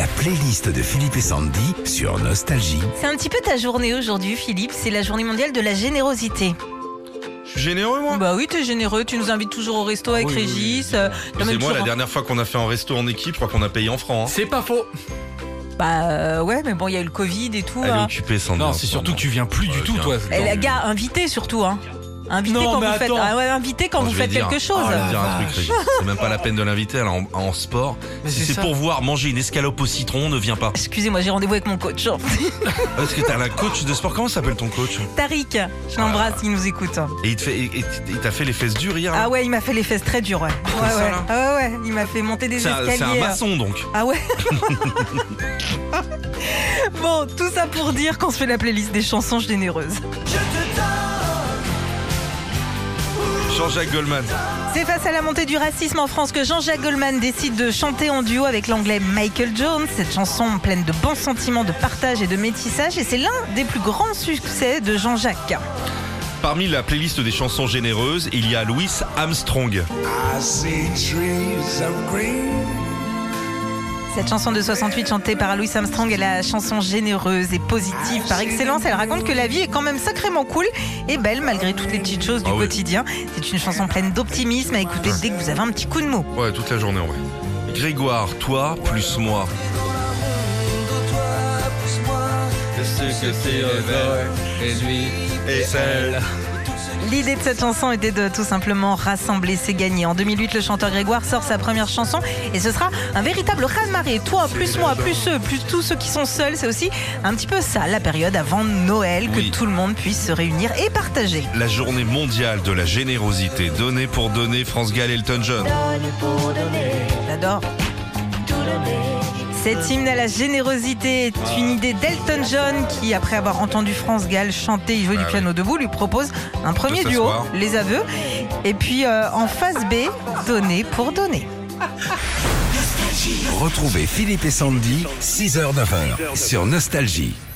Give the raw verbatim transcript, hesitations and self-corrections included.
La playlist de Philippe et Sandy sur Nostalgie. C'est un petit peu ta journée aujourd'hui, Philippe. C'est la journée mondiale de la générosité. Je suis généreux, moi. Bah oui, t'es généreux. Tu nous invites toujours au resto avec Oui, oui, Régis. oui. euh, t'as même C'est moi, toujours- la dernière fois qu'on a fait un resto en équipe, je crois qu'on a payé en francs. Hein. C'est pas faux. Bah euh, ouais, mais bon, il y a eu le Covid et tout. Elle est hein. occupée, Sandy. Non, en c'est ce surtout moment. que tu viens plus du Ouais, tout, viens. toi. Et la gars, invité surtout, hein. Invité Non, quand mais vous faites, attends. ah ouais, invité quand Bon, vous je vais faites dire- quelque chose. Oh, je vais la te dire un truc, vache. Régis. C'est même pas la peine de l'inviter, elle est en, en sport. Mais Si c'est c'est ça. pour voir manger une escalope au citron, ne viens pas. Excusez-moi, j'ai rendez-vous avec mon coach. Parce que t'as la coach de sport. Comment s'appelle ton coach? Tariq, je l'embrasse, il nous écoute. Et il te fait, et- et- il t'a fait les fesses dures hier. Ah là ouais, il m'a fait les fesses très dures, ouais. Ouais, ça, ouais. là Ah ouais, ouais, il m'a fait monter des C'est un, escaliers. c'est un maçon donc. Ah ouais. Bon, tout ça pour dire qu'on se fait la playlist des chansons généreuses. Jean-Jacques Goldman. C'est face à la montée du racisme en France que Jean-Jacques Goldman décide de chanter en duo avec l'anglais Michael Jones. Cette chanson pleine de bons sentiments, de partage et de métissage. Et c'est l'un des plus grands succès de Jean-Jacques. Parmi la playlist des chansons généreuses, il y a Louis Armstrong. I see trees of green. Cette chanson de soixante-huit chantée par Louis Armstrong est la chanson généreuse et positive par excellence. Elle raconte que la vie est quand même sacrément cool et belle malgré toutes les petites choses du Ah oui. quotidien. C'est une chanson pleine d'optimisme à écouter dès que vous avez un petit coup de mou. Ouais, toute la journée en vrai. Grégoire, toi plus moi. Ce que c'est et lui Et celle. L'idée de cette chanson était de tout simplement rassembler ses gagnés. En deux mille huit, le chanteur Grégoire sort sa première chanson et ce sera un véritable raz-de-marée. Toi, plus moi, plus eux, plus tous ceux qui sont seuls. C'est aussi un petit peu ça, la période avant Noël, Oui. que tout le monde puisse se réunir et partager. La journée mondiale de la générosité. Donner pour donner, France Gall, Elton John. J'adore. Cet hymne à la générosité est une idée d'Elton John qui, après avoir entendu France Gall chanter et jouer Ah du piano oui. debout, lui propose un premier De duo, s'asseoir. Les Aveux. Et puis euh, en phase B, Donner pour donner. Retrouvez Philippe et Sandy, six heures neuf heures sur Nostalgie.